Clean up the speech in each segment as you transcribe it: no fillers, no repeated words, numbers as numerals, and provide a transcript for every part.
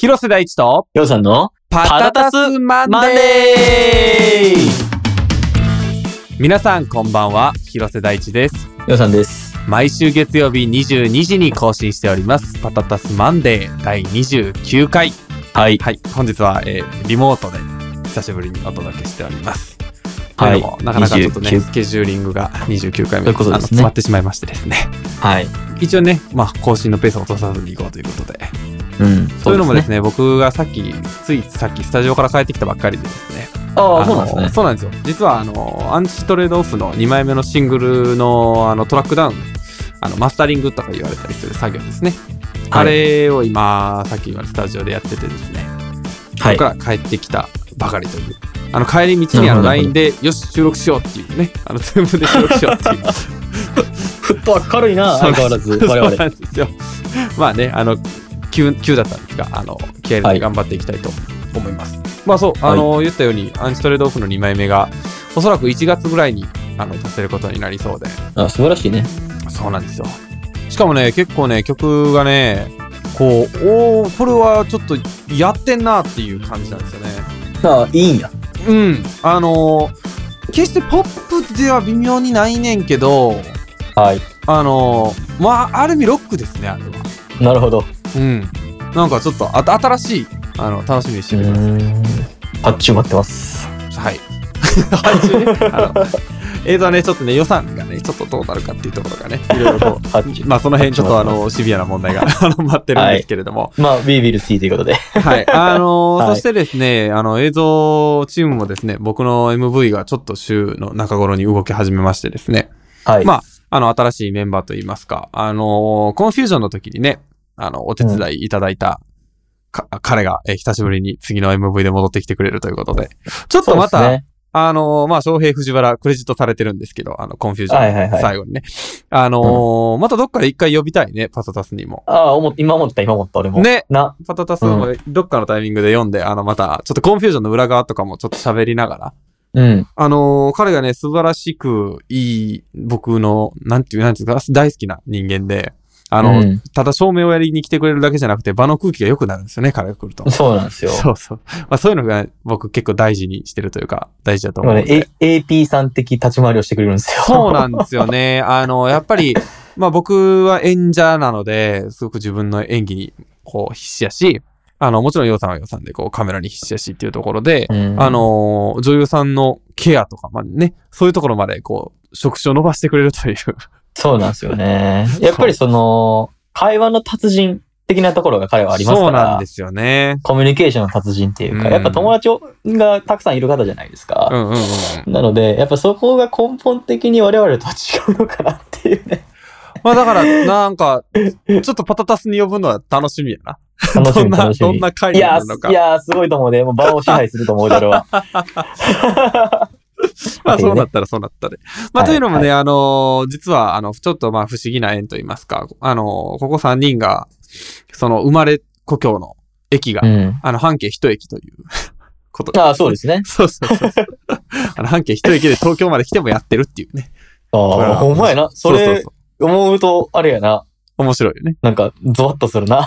広瀬大地とようさんのパタタスマンデー。皆さんこんばんは、広瀬大地です。 ようさんです。 毎週月曜日22時に更新しておりますパタタスマンデー第29回。はい、本日は、リモートで久しぶりにお届けしております。はい、なかなかちょっとねスケジューリングが29回目で詰まってしまいましてですね。はい。一応ね、更新のペースを落とさずにいこうということで。そういうのもですね、僕がついさっきスタジオから帰ってきたばっかりでですね。 そうなんですね。 そうなんですよ。実はアンチトレードオフの2枚目のシングルのトラックダウン、マスタリングとか言われたりする作業ですね。あれを今さっきスタジオでやっててですね。そこから帰ってきたばかりという。帰り道にLINE でよし収録しようっていうね、ズームで収録しようっていう。 ふっと明るいな、相変わらず我々。そうなんですよ。 まあね、急だったんですが、気合い入れて頑張っていきたいと思います。言ったようにアンチトレードオフの2枚目がおそらく1月ぐらいに出せることになりそうで。 素晴らしいね。 そうなんですよ。しかもね、結構ね、曲がね、これはちょっとやってんなっていう感じなんですよね。 いいんや。 決してポップでは微妙にないねんけど、 はい。 ある意味ロックですね、あれは。 なるほど。 なんかちょっと新しい楽しみにしてみてください。 発注待ってます。 はい。発注ね。ちょっとね、予算がね、ちょっとどうなるかっていうところがね、いろいろとその辺ちょっとシビアな問題が待ってるんですけれども、 We will see ということで、 はい。そしてですね、映像チームもですね、僕の MV がちょっと週の中頃に動き始めましてですね、はい。新しいメンバーといいますか、コンフュージョンの時にね、お手伝いいただいた、彼が、久しぶりに次の MV で戻ってきてくれるということで、ちょっとまた、翔平藤原クレジットされてるんですけど、コンフュージョン最後にね。またどっかで一回呼びたいね、パタタスにも。 今思った、俺も。 ね。パタタスもどっかのタイミングで読んで、また、ちょっとコンフュージョンの裏側とかもちょっと喋りながら。彼がね、素晴らしくいい、僕の、なんていうんですか、大好きな人間で、ただ照明をやりに来てくれるだけじゃなくて場の空気が良くなるんですよね、彼が来ると。 そうなんですよ。 そう。そういうのが僕結構大事にしてるというか、大事だと思うので。 AP さん的立ち回りをしてくれるんですよ。 そうなんですよね。やっぱり、僕は演者なので、すごく自分の演技に必死やし、もちろんヨウさんはヨウさんでカメラに必死やしっていうところで、女優さんのケアとか、そういうところまで職種を伸ばしてくれるという。 そうなんですよね。やっぱり会話の達人的なところが彼はありますから。そうなんですよね。コミュニケーションの達人っていうか、やっぱ友達がたくさんいる方じゃないですか。なので、やっぱそこが根本的に我々とは違うのかなっていうね。 だから、なんか、ちょっとパタタスに呼ぶのは楽しみやな。 楽しみ。 どんな回になるのか。 いや、すごいと思うね。もう場を支配すると思うだろうわ。 そうなったらそうなったで。というのもね、実は、ちょっと不思議な縁と言いますか、ここ3人が、生まれ故郷の駅が、半径1駅ということで。 そうですね。 そう。半径1駅で東京まで来てもやってるっていうね。 ほんまやな。それ、思うと、あれやな。 面白いよね。 なんか、ゾワッとするな。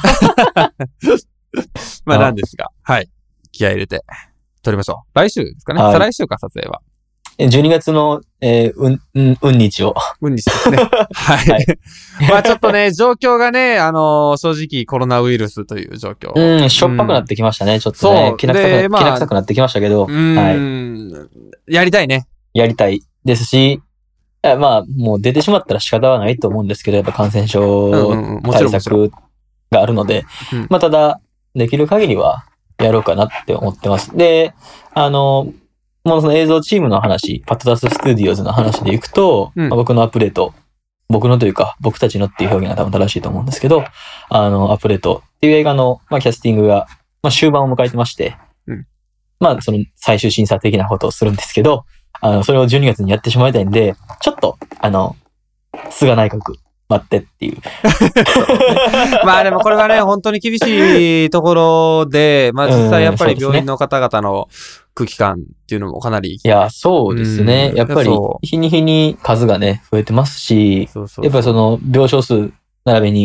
なんですが、はい。気合い入れて、撮りましょう。来週ですかね。再来週か、撮影は。 12月の、日を。 日ですね。はい。ちょっとね、状況がね、正直コロナウイルスという状況。 しょっぱくなってきましたね、ちょっとね。きな臭くなってきましたけど。 やりたいね。 やりたいですし、もう出てしまったら仕方はないと思うんですけど、やっぱ感染症対策があるので、ただ、できる限りはやろうかなって思ってます。で、もうその映像チームの話、パタタススタジオズの話でいくと、僕のアップデート、僕のというか、僕たちのっていう表現が多分正しいと思うんですけど、アップデートっていう映画の、キャスティングが、終盤を迎えてまして、その最終審査的なことをするんですけど、それを12月にやってしまいたいんで、ちょっと、菅内閣、待ってっていう。 でもこれはね、本当に厳しいところで、実際やっぱり病院の方々の空気感っていうのもかなり。 いや、そうですね。やっぱり、日に日に数がね、増えてますし、やっぱりその病床数並びに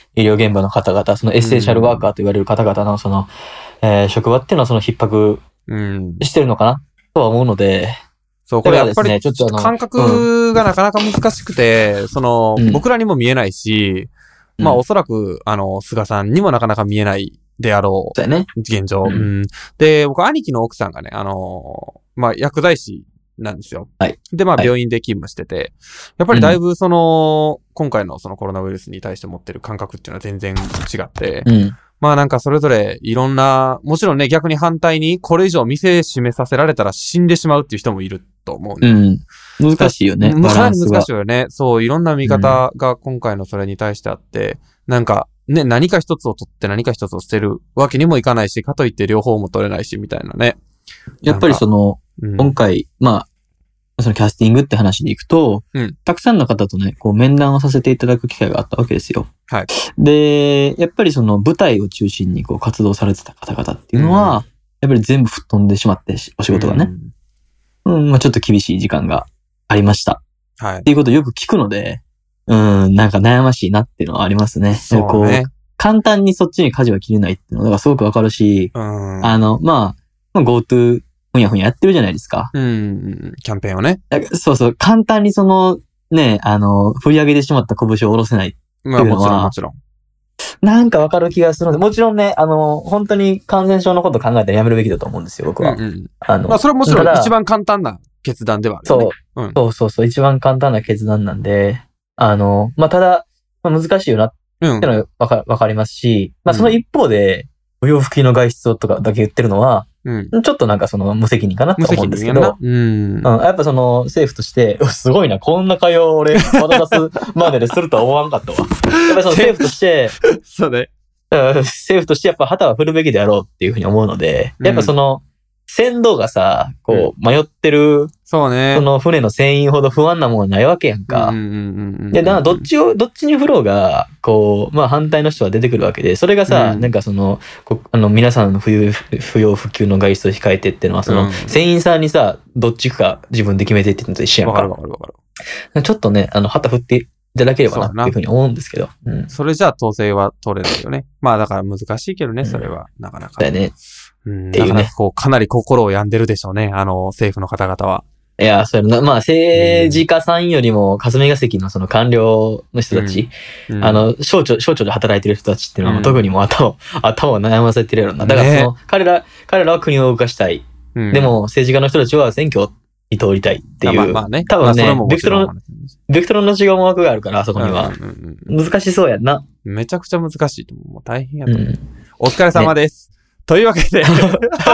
医療現場の方々、そのエッセンシャルワーカーと言われる方々のその、職場っていうのはその逼迫してるのかなとは思うので、 そう、これやっぱりちょっと感覚がなかなか難しくて、僕らにも見えないし、まあおそらく、菅さんにもなかなか見えないであろう。現状。で、僕、兄貴の奥さんがね、まあ薬剤師なんですよ。 はい。 で、まあ病院で勤務してて、やっぱりだいぶ今回のコロナウイルスに対して持ってる感覚っていうのは全然違って、まあなんかそれぞれいろんな、もちろんね、逆に反対にこれ以上店閉めさせられたら死んでしまうっていう人もいると思うね。 難しいよね。 かなり難しいよね。そう、いろんな見方が今回のそれに対してあって、なんかね、何か一つを取って何か一つを捨てるわけにもいかないし、かといって両方も取れないし、みたいなね。 やっぱり今回、まあ、そのキャスティングって話でいくと、たくさんの方とね、こう面談をさせていただく機会があったわけですよ。 はい。 で、やっぱりその舞台を中心にこう活動されてた方々っていうのは、やっぱり全部吹っ飛んでしまって、お仕事がね。まあちょっと厳しい時間がありました。 はい。 っていうことをよく聞くので、なんか悩ましいなっていうのはありますね。 そうね。 簡単にそっちに舵は切れないっていうのがすごくわかるし、まあ、GoTo、ふんやふんやってるじゃないですか。 キャンペーンをね。 そうそう、簡単にね、振り上げてしまった拳を下ろせないっていうのは。 まあもちろん。 なんかわかる気がするので、もちろんね、本当に感染症のこと考えたらやめるべきだと思うんですよ、僕は。 まあそれはもちろん一番簡単な決断ではあるよね。 そう、一番簡単な決断なんで、まあただ、まあ、難しいよなっていうのはわかりますし、まあその一方で、不要不急の外出をとかだけ言ってるのは、ちょっとなんか無責任かなと思うんですけど、やっぱ政府として、すごいな、こんな会話を俺、渡すまででするとは思わんかったわ。やっぱり政府として、 そうね。 政府としてやっぱ旗は振るべきであろうっていうふうに思うので、やっぱ船頭がさ、こう、迷ってる、 そうね。 その船の船員ほど不安なもんはないわけやんか。で、だからどっちに振ろうが、こう、まあ反対の人は出てくるわけで、それがさ、なんか皆さんの不要不急の外出を控えてっていうのは、船員さんにさ、どっちか自分で決めてっていうのと一緒やんか。 わかる。 ちょっとね、旗振っていただければなっていうふうに思うんですけど。 それじゃあ統制は取れないよね。まあだから難しいけどね、それは。なかなか。 だよね。 っていうね。かなり心を病んでるでしょうね。政府の方々は。 いや、まあ政治家さんよりも霞が関の官僚の人たち、省庁で働いてる人たちっていうのは特にもう頭を悩ませてるやろな。だから彼らは国を動かしたい。でも政治家の人たちは選挙に通りたいっていう。 まあね。 多分ね、ベクトルの違う思惑があるから、あそこには。難しそうやんな。 めちゃくちゃ難しいと思う。もう大変やと思う。お疲れ様です。というわけで、早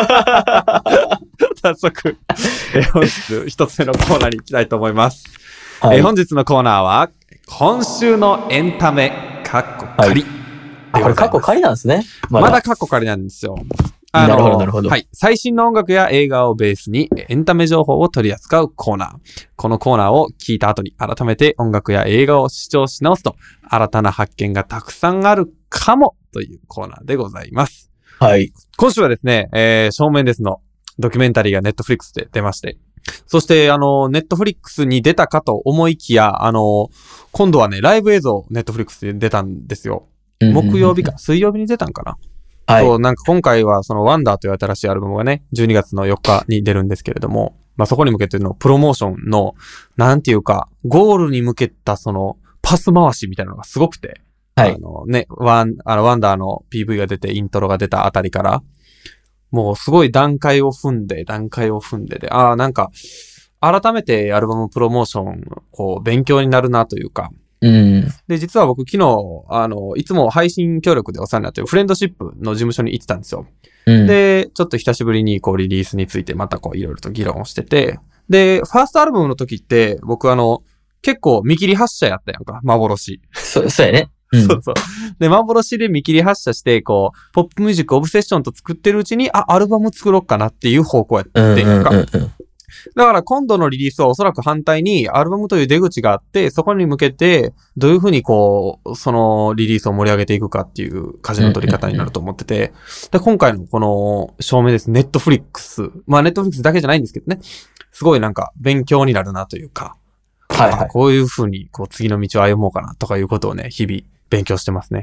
速、本日一つ目のコーナーに行きたいと思います。本日のコーナーは、今週のエンタメ、カッコ仮。 これカッコ仮なんですね。 まだカッコ仮なんですよ。 なるほど。 はい。最新の音楽や映画をベースにエンタメ情報を取り扱うコーナー。このコーナーを聞いた後に改めて音楽や映画を視聴し直すと、新たな発見がたくさんあるかもというコーナーでございます。 はい。 今週はですね、正面ですのドキュメンタリーがネットフリックスで出まして、そしてネットフリックスに出たかと思いきや、今度はね、ライブ映像ネットフリックスで出たんですよ。木曜日か、水曜日に出たんかな。はい。そう、なんか今回はワンダーという新しいアルバムがね、12月の4日に出るんですけれども、まあそこに向けてのプロモーションの、なんていうか、ゴールに向けたパス回しみたいなのがすごくて、 はい。 ワンダーの PV が出て、イントロが出たあたりから、もうすごい段階を踏んでで、なんか、改めてアルバムプロモーション、勉強になるなというか、で、実は僕昨日、いつも配信協力でお世話になっているフレンドシップの事務所に行ってたんですよ。で、ちょっと久しぶりにリリースについてまたいろいろと議論をしてて、で、ファーストアルバムの時って、僕結構見切り発車やったやんか、幻。 そうやね。 そうそう。で、幻で見切り発車して、ポップミュージックオブセッションと作ってるうちに、アルバム作ろうかなっていう方向やってんか。だから今度のリリースはおそらく反対にアルバムという出口があって、そこに向けてどういうふうにそのリリースを盛り上げていくかっていう舵の取り方になると思ってて、で、今回のこの証明です。ネットフリックス。まあネットフリックスだけじゃないんですけどね。すごいなんか勉強になるなというか、 はいはい、 こういうふうに次の道を歩もうかなとかいうことをね、日々勉強してますね。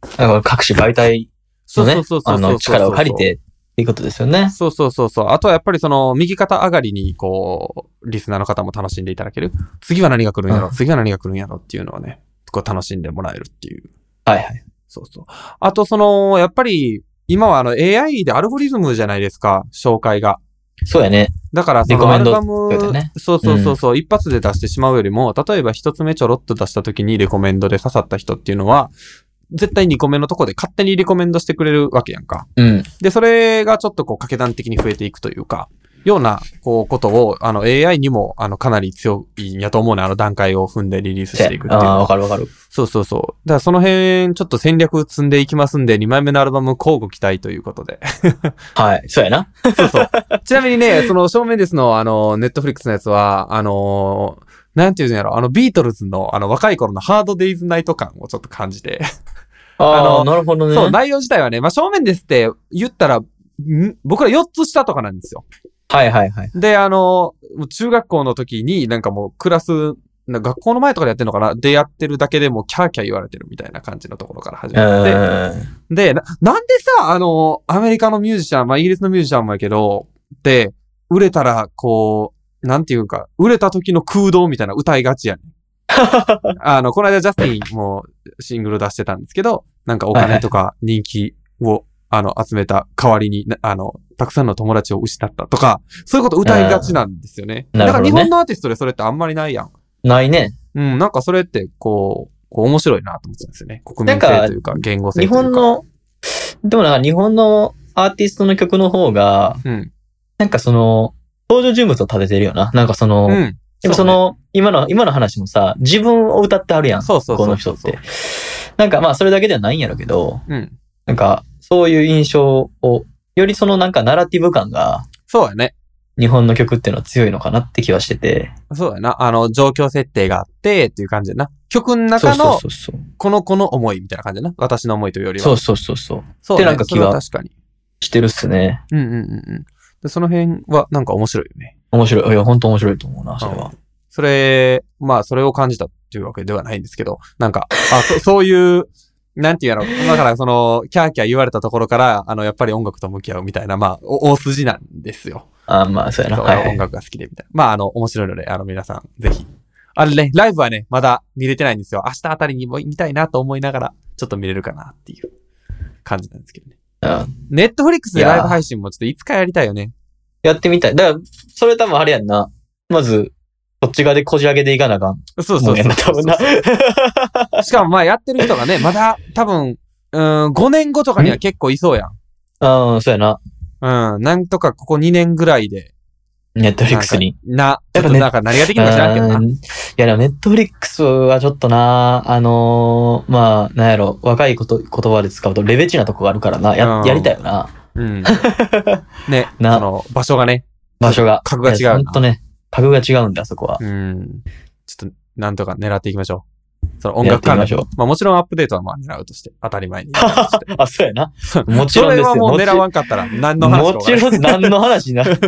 各種媒体のね、力を借りてっていうことですよね。 そうそうそうそう。あとはやっぱり右肩上がりに、リスナーの方も楽しんでいただける。次は何が来るんやろ、次は何が来るんやろっていうのをね、楽しんでもらえるっていう。 はいはい。 そうそう。あとやっぱり、今はAI でアルゴリズムじゃないですか、紹介が。 そうやね。 だからアルバム、そうそうそうそう、一発で出してしまうよりも、例えば一つ目ちょろっと出した時にレコメンドで刺さった人っていうのは、絶対2個目のとこで勝手にレコメンドしてくれるわけやんか。 うん。 で、それがちょっと掛け算的に増えていくというか、ような、ことを、AI にも、かなり強いんやと思うね。段階を踏んでリリースしていくっていう。 わかるわかる。 そうそうそう。だからその辺、ちょっと戦略積んでいきますんで、2枚目のアルバム交互期待ということで。 はい、そうやな。 そうそう。ちなみにね、正面ですの、ネットフリックスのやつは、なんていうんやろ、ビートルズの、若い頃のハードデイズナイト感をちょっと感じて。 なるほどね。 そう、内容自体はね、正面ですって言ったら、僕ら4つ下とかなんですよ。 はいはいはい。 で、中学校の時になんかもうクラス、学校の前とかでやってるのかなでやってるだけでもキャーキャー言われてるみたいな感じのところから始まって。で、なんでさ、アメリカのミュージシャン、イギリスのミュージシャンもやけど、で、売れたら、なんていうか、売れた時の空洞みたいな歌いがちやねん。この間ジャスティンもシングル出してたんですけど、なんかお金とか人気を、集めた代わりに、たくさんの友達を失ったとか、そういうこと歌いがちなんですよね。だから日本のアーティストでそれってあんまりないやん。 ないね。 うん、なんかそれって面白いなと思ってたんですよね。国民性というか、言語性というか。 でもなんか日本のアーティストの曲の方が、なんか登場人物を立ててるよな。なんかでも今の話もさ、自分を歌ってあるやん。 そうそうそう。 この人って。なんかそれだけではないんやろうけど、なんか、そういう印象を、よりなんかナラティブ感が、 そうやね。 日本の曲っていうのは強いのかなって気はしてて。 そうやな。状況設定があって、っていう感じでな。曲の中の、この子の思いみたいな感じでな。私の思いというよりは。 そう。そうね、ってなんか気は、確かに。してるっすね。 で、その辺はなんか面白いよね。 面白い。いや、本当面白いと思うな、それは。 それを感じたっていうわけではないんですけど、なんか、そういう、なんていうの、だからキャーキャー言われたところから、やっぱり音楽と向き合うみたいな、大筋なんですよ。 そうやな。はい。 音楽が好きでみたいな。面白いので、皆さん、ぜひ。あれね、ライブはね、まだ見れてないんですよ。明日あたりにも見たいなと思いながら、ちょっと見れるかなっていう感じなんですけどね。ネットフリックスでライブ配信もちょっといつかやりたいよね。 やってみたい。だから、それ多分あれやんな。まず、こっち側でこじ上げでいかなあかん。 そう。しかもやってる人がね、まだ多分、5年後とかには結構いそうやん。 そうやな。 なんとかここ2年ぐらいで。 ネットフリックスに。 ちょっとなんか何ができるか知らんけどな。いやでもネットフリックスはちょっとな、なんやろ、若い言葉で使うとレベチなとこがあるからな、やりたいよな。 ね、場所がね。 場所が。 格が違う。 ほんとね。格が違うんだ、そこは。 ちょっと、なんとか狙っていきましょう。音楽関連。もちろんアップデートは狙うとして、当たり前に。 そうやな。もちろんですよ。 それはもう狙わんかったら、何の話か。 もちろん何の話になる。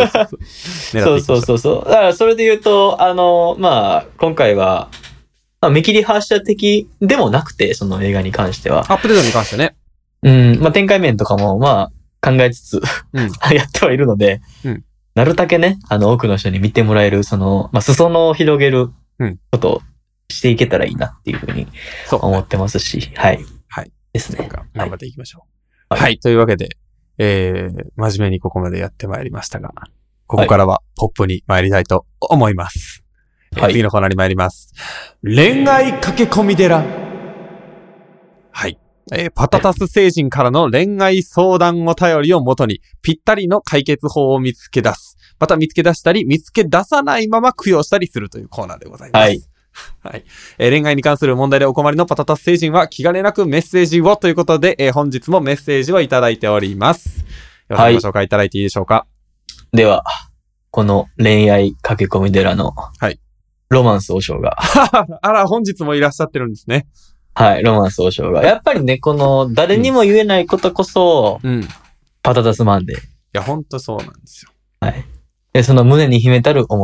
そう。だからそれで言うと、今回は、見切り発車的でもなくて、その映画に関しては。 アップデートに関してね。 展開面とかも、考えつつ、やってはいるので、なるだけね、多くの人に見てもらえる、裾野を広げることをしていけたらいいなっていうふうに思ってますし、はい。ですね。 頑張っていきましょう。はい。というわけで、真面目にここまでやってまいりましたが、ここからはポップに参りたいと思います。次のコーナーに参ります。恋愛駆け込み寺。はい。パタタス星人からの恋愛相談お便りをもとにぴったりの解決法を見つけ出す。また見つけ出したり見つけ出さないまま供養したりするというコーナーでございます。はい。恋愛に関する問題でお困りのパタタス星人は気兼ねなくメッセージをということで、本日もメッセージをいただいております。ご紹介いただいていいでしょうか。 では、この恋愛駆け込み寺のロマンス王将が。 あら、本日もいらっしゃってるんですね。 はい、ロマンス王将が。やっぱりね、この、誰にも言えないことこそ、パタタスマンデー。いや、ほんとそうなんですよ。 はい。で、その胸に秘めたる思い。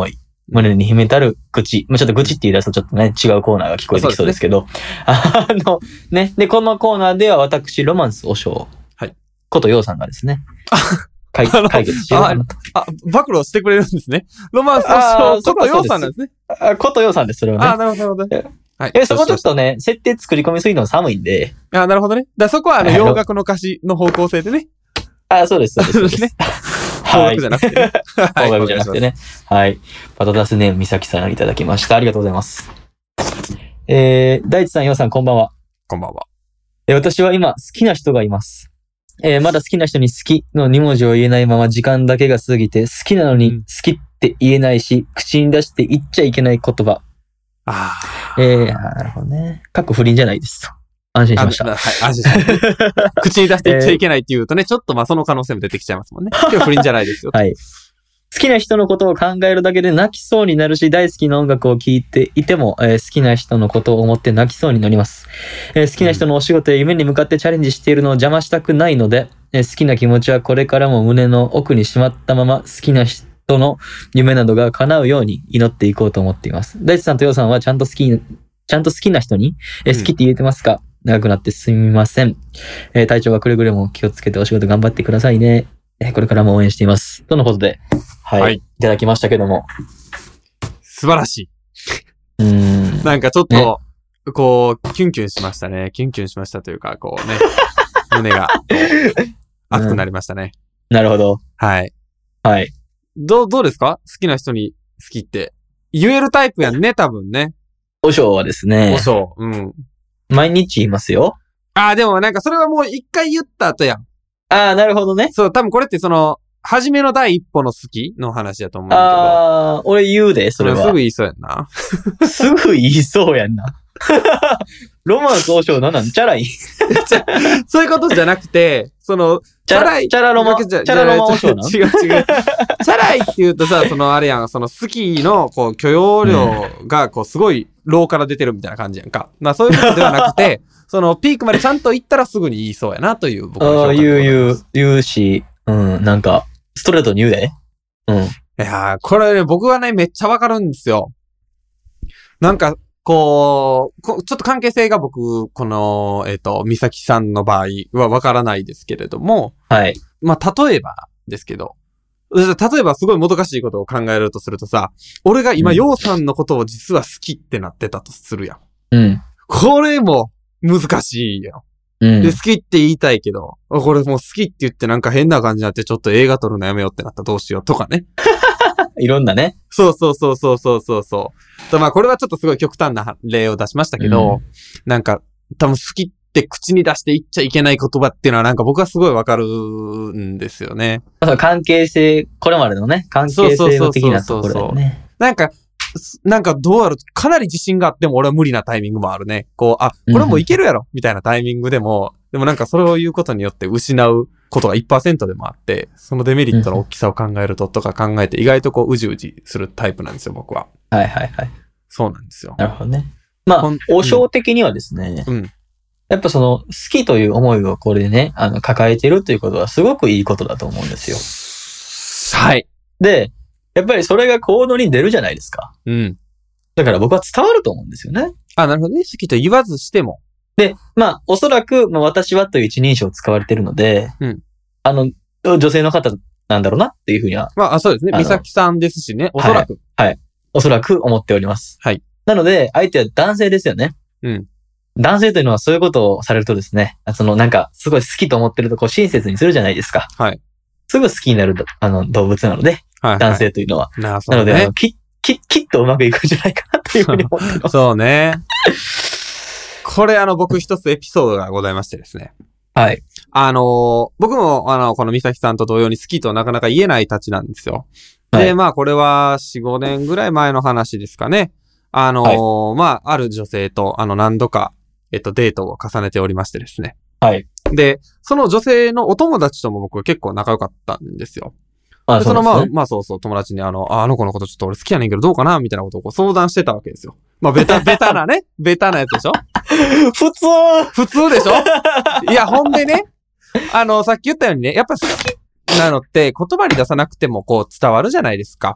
胸に秘めたる愚痴。まあ、ちょっと愚痴って言い出すとちょっとね、違うコーナーが聞こえてきそうですけど。ね。で、このコーナーでは私、ロマンス和尚。 はい。 ことようさんがですね。解決しようかなと。 暴露してくれるんですね。ロマンス和尚ことようさんなんですね。 ことようさんです、それはね。 なるほど。 はい。そこちょっとね、設定作り込みすぎるの寒いんで。 なるほどね。そこは洋楽の歌詞の方向性でね。 そうです。そうですね。 邦楽じゃなくてね。 邦楽じゃなくてね。はい。パトダスネームみさきさんいただきました。ありがとうございます。大地さん、ようさん、こんばんは。 こんばんは。 私は今、好きな人がいます。まだ好きな人に好きの2文字を言えないまま時間だけが過ぎて、好きなのに好きって言えないし、口に出して言っちゃいけない言葉。なるほどね。不倫じゃないですと。安心しました。 はい、安心しました。口に出して言っちゃいけないって言うとね、ちょっとその可能性も出てきちゃいますもんね。今日不倫じゃないですよ。 はい。好きな人のことを考えるだけで泣きそうになるし、大好きな音楽を聴いていても、好きな人のことを思って泣きそうになります。好きな人のお仕事や夢に向かってチャレンジしているのを邪魔したくないので、好きな気持ちはこれからも胸の奥にしまったまま、好きな人の夢などが叶うように祈っていこうと思っています。大地さんとようさんはちゃんと好きな人に、好きって言えてますか？長くなってすみません。体調がくれぐれも気をつけてお仕事頑張ってくださいね。これからも応援しています。とのことで、はい。いただきましたけども。 素晴らしい。なんかちょっと、ね、こう、キュンキュンしましたね。キュンキュンしましたというか、こうね、胸が熱くなりましたね。 なるほど。 はい。 はい。 どうですか？好きな人に好きって言えるタイプやんね、多分ね。 和尚はですね。 和尚。 毎日言いますよ。 でもなんかそれはもう一回言った後やん。 なるほどね。 そう、多分これって初めの第一歩の好きの話だと思うんだけど。俺言うで、それは。 すぐ言いそうやんな。 すぐ言いそうやんな。ロマンス和尚なんチャラいそういうことじゃなくて、チャラロマ和尚な。 違う。チャラいって言うとさ、あれやん、好きの、許容量が、すごい、ローから出てるみたいな感じやんか。そういうことではなくて、ピークまでちゃんと行ったらすぐに言いそうやな、という、僕の評価。 言うし、なんか、ストレートに言うで。 いやー、これね、僕はね、めっちゃわかるんですよ。なんか、ちょっと関係性が僕、美咲さんの場合はわからないですけれども、 はい。 例えばですけど、例えばすごいもどかしいことを考えるとするとさ、俺が今、ようさんのことを実は好きってなってたとするやん。これも難しいやん。で、好きって言いたいけど、これもう好きって言ってなんか変な感じになってちょっと映画撮るのやめようってなったらどうしようとかね。 いろんなね。 そう。これはちょっとすごい極端な例を出しましたけど、なんか、多分好きって口に出して言っちゃいけない言葉っていうのはなんか僕はすごいわかるんですよね。 関係性、これまでのね、関係性の的なところだよね。 なんかどうやるかなり自信があっても俺は無理なタイミングもあるね。これもいけるやろみたいなタイミングでも、でもなんかそれを言うことによって失うことが 1% でもあって、そのデメリットの大きさを考えるととか考えて意外とうじうじするタイプなんですよ、僕は。 はい。 そうなんですよ。 なるほどね。和尚的にはですね、やっぱ好きという思いをこれでね、抱えてるということはすごくいいことだと思うんですよ。 はい。 で、やっぱりそれが行動に出るじゃないですか。だから僕は伝わると思うんですよね。 なるほどね。好きと言わずしても。 で、おそらく、私はという一人称を使われてるので、女性の方なんだろうなっていうふうには。 そうですね。美咲さんですしね。おそらく。 はい。おそらく思っております。 はい。 なので、相手は男性ですよね。男性というのはそういうことをされるとですね、なんか、すごい好きと思ってると親切にするじゃないですか。 はい。 すぐ好きになる、動物なので、男性というのは。 なので、きっとうまくいくんじゃないかなっていうふうに思ってます。 そうね。これ僕一つエピソードがございましてですね。 はい。 僕もこの美咲さんと同様に好きとなかなか言えないたちなんですよ。で、これは4、5年ぐらい前の話ですかね。ある女性と何度か、デートを重ねておりましてですね。 はい。 で、その女性のお友達とも僕結構仲良かったんですよ。 そう友達にあの子のことちょっと俺好きやねんけどどうかなみたいなことを相談してたわけですよ。ベタなね、ベタなやつでしょ普通でしょいや、ほんでね、さっき言ったようにね、やっぱ好きなのって言葉に出さなくても伝わるじゃないですか。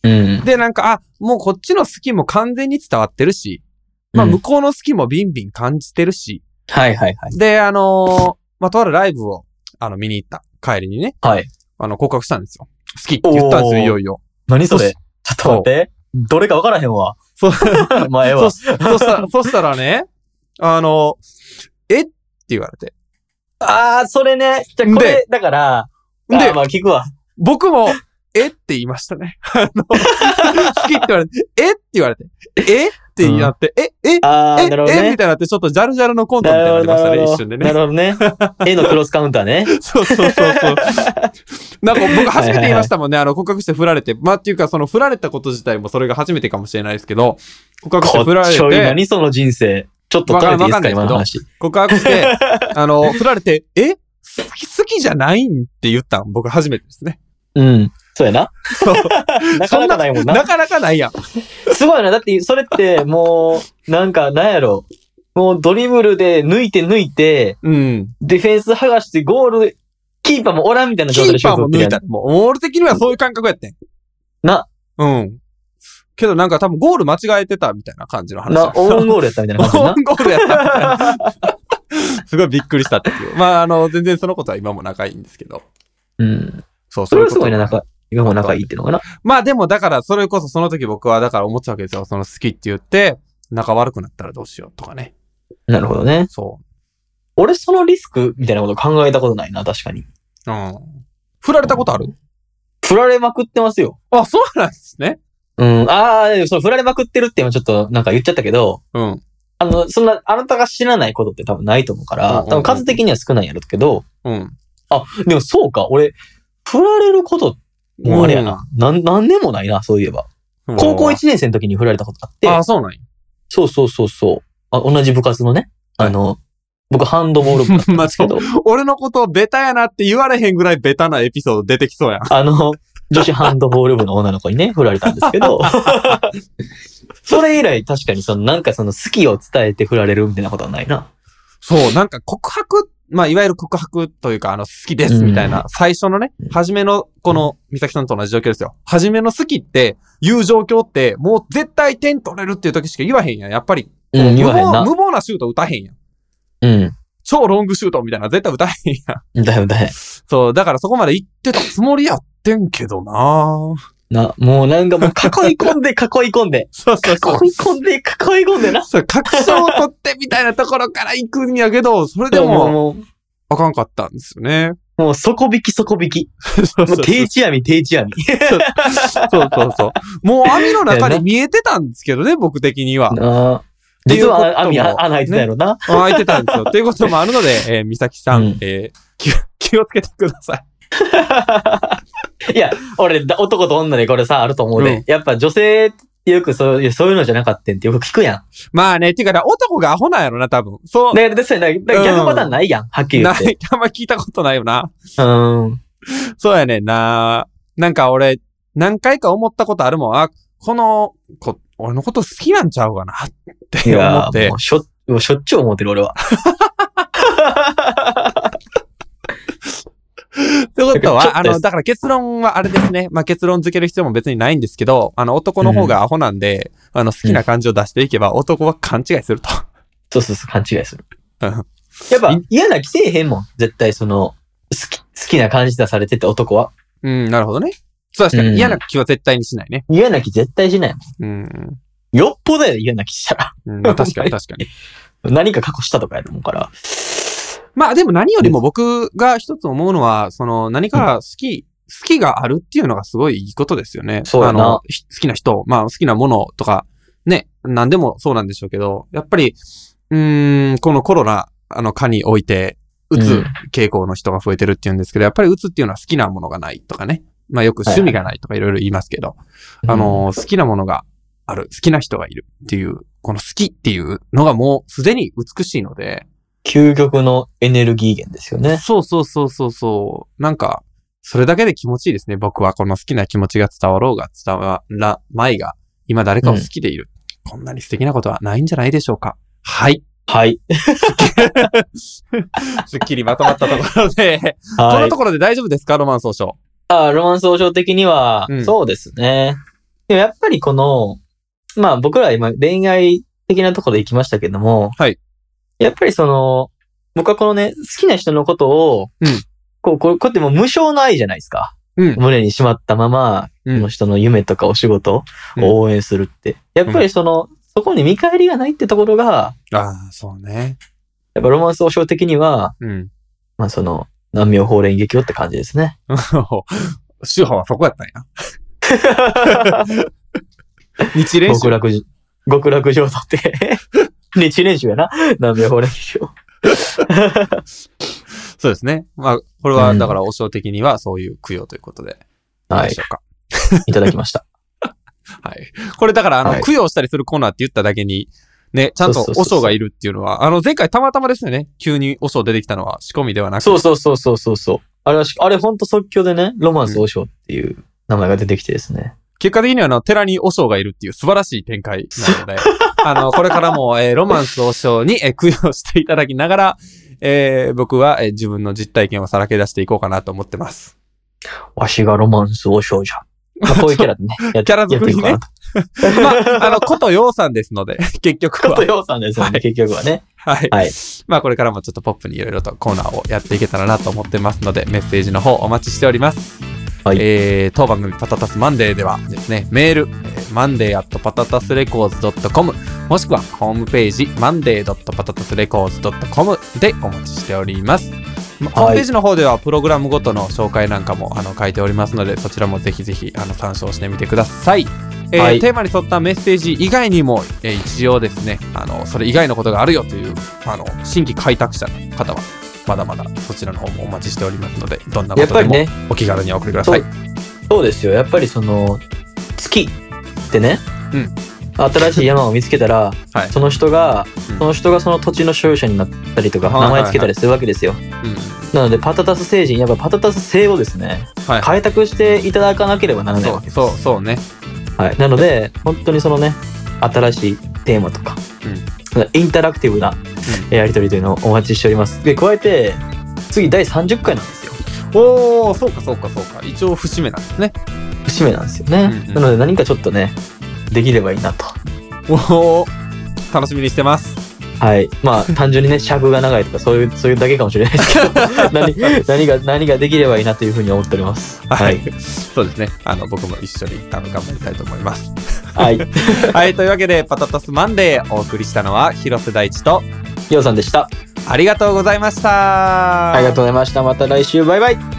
うん。 で、なんか、もうこっちの好きも完全に伝わってるし、まあ向こうの好きもビンビン感じてるし。 はいはいはい。 で、まあとあるライブを、見に行った帰りにね。 はい。 告白したんですよ。好きって言ったんですよ、いよいよ。 何それ？ちょっと待って。どれか分からへんわ。前は。 そしたらね、えって言われて。 それね。じゃこれ、だから、まあ聞くわ。 僕も、って言いましたね。好きって言われて、って言われて、ってなって、 なるほどね。 みたいになって、ちょっとジャルジャルのコントみたいになりましたね、一瞬でね。 なるほどね。のクロスカウンターね。 そう。なんか僕初めて言いましたもんね、告白して振られて。まあっていうか、その振られたこと自体もそれが初めてかもしれないですけど、告白して振られて。 何その人生。ちょっと取れていいですか、今の話。 告白して、振られて、好きじゃないんって言ったん、僕初めてですね。 うん。そうやな。なかなかないもんな。 なかなかないやん。 すごいな。だって、それって、もう、なんやろ。もうドリブルで抜いて、 うん。 ディフェンス剥がしてゴール、キーパーもおらんみたいな状態でシュート打ってるやん。キーパーも抜いた。もう、俺的にはそういう感覚やってん。うん。けどなんか多分ゴール間違えてたみたいな感じの話。 オウンゴールやったみたいな感じな。 オウンゴールやったみたいな。すごいびっくりしたっていう。まあ、全然そのことは今も仲いいんですけど。 うん。 そう。 それはすごいね、今も仲いいっていうのかな。 まあでもだからそれこそその時僕はだから思ってたわけですよ。その好きって言って仲悪くなったらどうしようとかね。 なるほどね。 そう。 俺そのリスクみたいなこと考えたことないな、確かに。 うん。振られたことある？ 振られまくってますよ。 あ、そうなんですね。 うん。そう、振られまくってるって今ちょっとなんか言っちゃったけど。 うん。 そんな、あなたが知らないことって多分ないと思うから、多分数的には少ないんやろうけど。 うん。 でもそうか、俺、振られることもうあれやな。なんでもないな、そういえば。高校1年生の時に振られたことあって。 そうなんや。 そう。同じ部活のね。僕ハンドボール部だったんですけど。 俺のことベタやなって言われへんぐらいベタなエピソード出てきそうやん。 女子ハンドボール部の女の子にね、振られたんですけど。それ以来確かになんか好きを伝えて振られるみたいなことはないな。 そう、なんか告白、まあ、いわゆる告白というか、好きですみたいな、最初のね、初めの、この、美咲さんと同じ状況ですよ。初めの好きって、いう状況って、もう絶対点取れるっていう時しか言わへんやん、やっぱり。 言わへんな。 無謀なシュート打たへんやん。 うん。 超ロングシュートみたいな絶対打たへんやん。だへん。 そう、だからそこまで行ってたつもりやってんけどなもうなんかもう囲い込んで。 そう。 囲い込んでな。 そう、確証を取ってみたいなところから行くんやけど、それでも、あかんかったんですよね。 もう底引き。そう。定置網。 そう。もう網の中に見えてたんですけどね、僕的には。 実は網穴開いてたやろな。 開いてたんですよ。っていうこともあるので、美咲さん、気をつけてください。 いや、俺、男と女でこれさ、あると思うで。やっぱ女性ってよくそういうのじゃなかったんってよく聞くやん。 まあね、っていうか、男がアホなんやろな、多分。そう。 逆パターンないやん、はっきり言って。 あんま聞いたことないよな。 そうやねんな。なんか俺、何回か思ったことあるもん。俺のこと好きなんちゃうかなって思って。 もうしょっちゅう思ってる、俺は。 ということは、だから結論はあれですね。まあ、結論付ける必要も別にないんですけど、男の方がアホなんで、好きな感じを出していけば、男は勘違いするそと。 う、勘違いする。やっぱ、嫌な気せえへんもん。絶対好きな感じ出されてて男は。 なるほどね。そう確かに嫌な気は絶対にしないね。 嫌な気絶対しないもん。よっぽどやで嫌な気したら。 確かに。 何か過去したとかやと思うから。 まあでも何よりも僕が一つ思うのは、何か好きがあるっていうのがすごいいいことですよね。 そうやな。 好きな人、まあ好きなものとか、ね、何でもそうなんでしょうけど、やっぱり、このコロナ、禍において、うつ傾向の人が増えてるっていうんですけど、やっぱりうつっていうのは好きなものがないとかね。まあよく趣味がないとかいろいろ言いますけど、好きなものがある、好きな人がいるっていう、この好きっていうのがもうすでに美しいので、 究極のエネルギー源ですよね。 そう。なんか、それだけで気持ちいいですね。僕はこの好きな気持ちが伝わろうが伝わらないが、今誰かを好きでいる。こんなに素敵なことはないんじゃないでしょうか。はい。すっきりまとまったところで、こんなところで大丈夫ですか、ロマン総称。 ロマン総称的には、そうですね。 でもやっぱりこの、まあ僕らは今恋愛的なところで行きましたけども、 はい。 やっぱりその、僕はこのね、好きな人のことを、こうやってもう無償の愛じゃないですか。胸にしまったまま、この人の夢とかお仕事を応援するって。やっぱりそこに見返りがないってところが、 そうね。 やっぱロマンス王将的には、まあ南妙法蓮華経って感じですね。 宗派はそこやったんや。日蓮宗。 極楽浄土って。日蓮宗やな。南妙法蓮華経。 そうですね。まあ、これは、だから、和尚的にはそういう供養ということで。 はい。いただきました。 はい。これだから、供養したりするコーナーって言っただけに、ね、ちゃんと和尚がいるっていうのは、前回たまたまですよね。急に和尚出てきたのは仕込みではなくて。 そう。あれほんと即興でね、ロマンス和尚っていう名前が出てきてですね。 結果的には寺に和尚がいるっていう素晴らしい展開なので、これからも、ロマンス和尚に供養していただきながら、僕は、自分の実体験をさらけ出していこうかなと思ってます。 わしがロマンス和尚じゃん。こういうキャラでね。 キャラ作りね。まあ、ことようさんですので、結局は。 ことようさんですので、結局はね。 はい。まあ、これからもちょっとポップにいろいろとコーナーをやっていけたらなと思ってますので、メッセージの方お待ちしております。はい。当番組パタタスマンデーではですね、メール、monday@patatasrecords.com もしくはホームページ monday.patatasrecords.com でお待ちしております。ホームページの方ではプログラムごとの紹介なんかも書いておりますので、そちらもぜひぜひ参照してみてください。テーマに沿ったメッセージ以外にも、一応ですね、それ以外のことがあるよという新規開拓者の方はまだまだそちらの方もお待ちしておりますので、どんなことでもお気軽にお送りください。 そうですよ。やっぱり月ってね、新しい山を見つけたら、その人がその土地の所有者になったりとか、名前つけたりするわけですよ。なので、パタタス星人、やっぱパタタス星をですね、開拓していただかなければならないわけです。 そうね。 はい。なので、本当に新しいテーマとか、インタラクティブなやり取りというのをお待ちしております。で、加えて、次第30回なんですよ。 おー、そうか。一応節目なんですね。 節目なんですよね。なので、何かちょっとね、できればいいなと。 おー、楽しみにしてます。 はい。まあ、単純にね、尺が長いとか、そういうだけかもしれないですけど、何ができればいいなというふうに思っております。 はい。そうですね。僕も一緒に頑張りたいと思います。 はい。 はい。というわけで、パタタスマンデーお送りしたのは、広瀬大地と、 ようさんでした。 ありがとうございました。 ありがとうございました。また来週、バイバイ。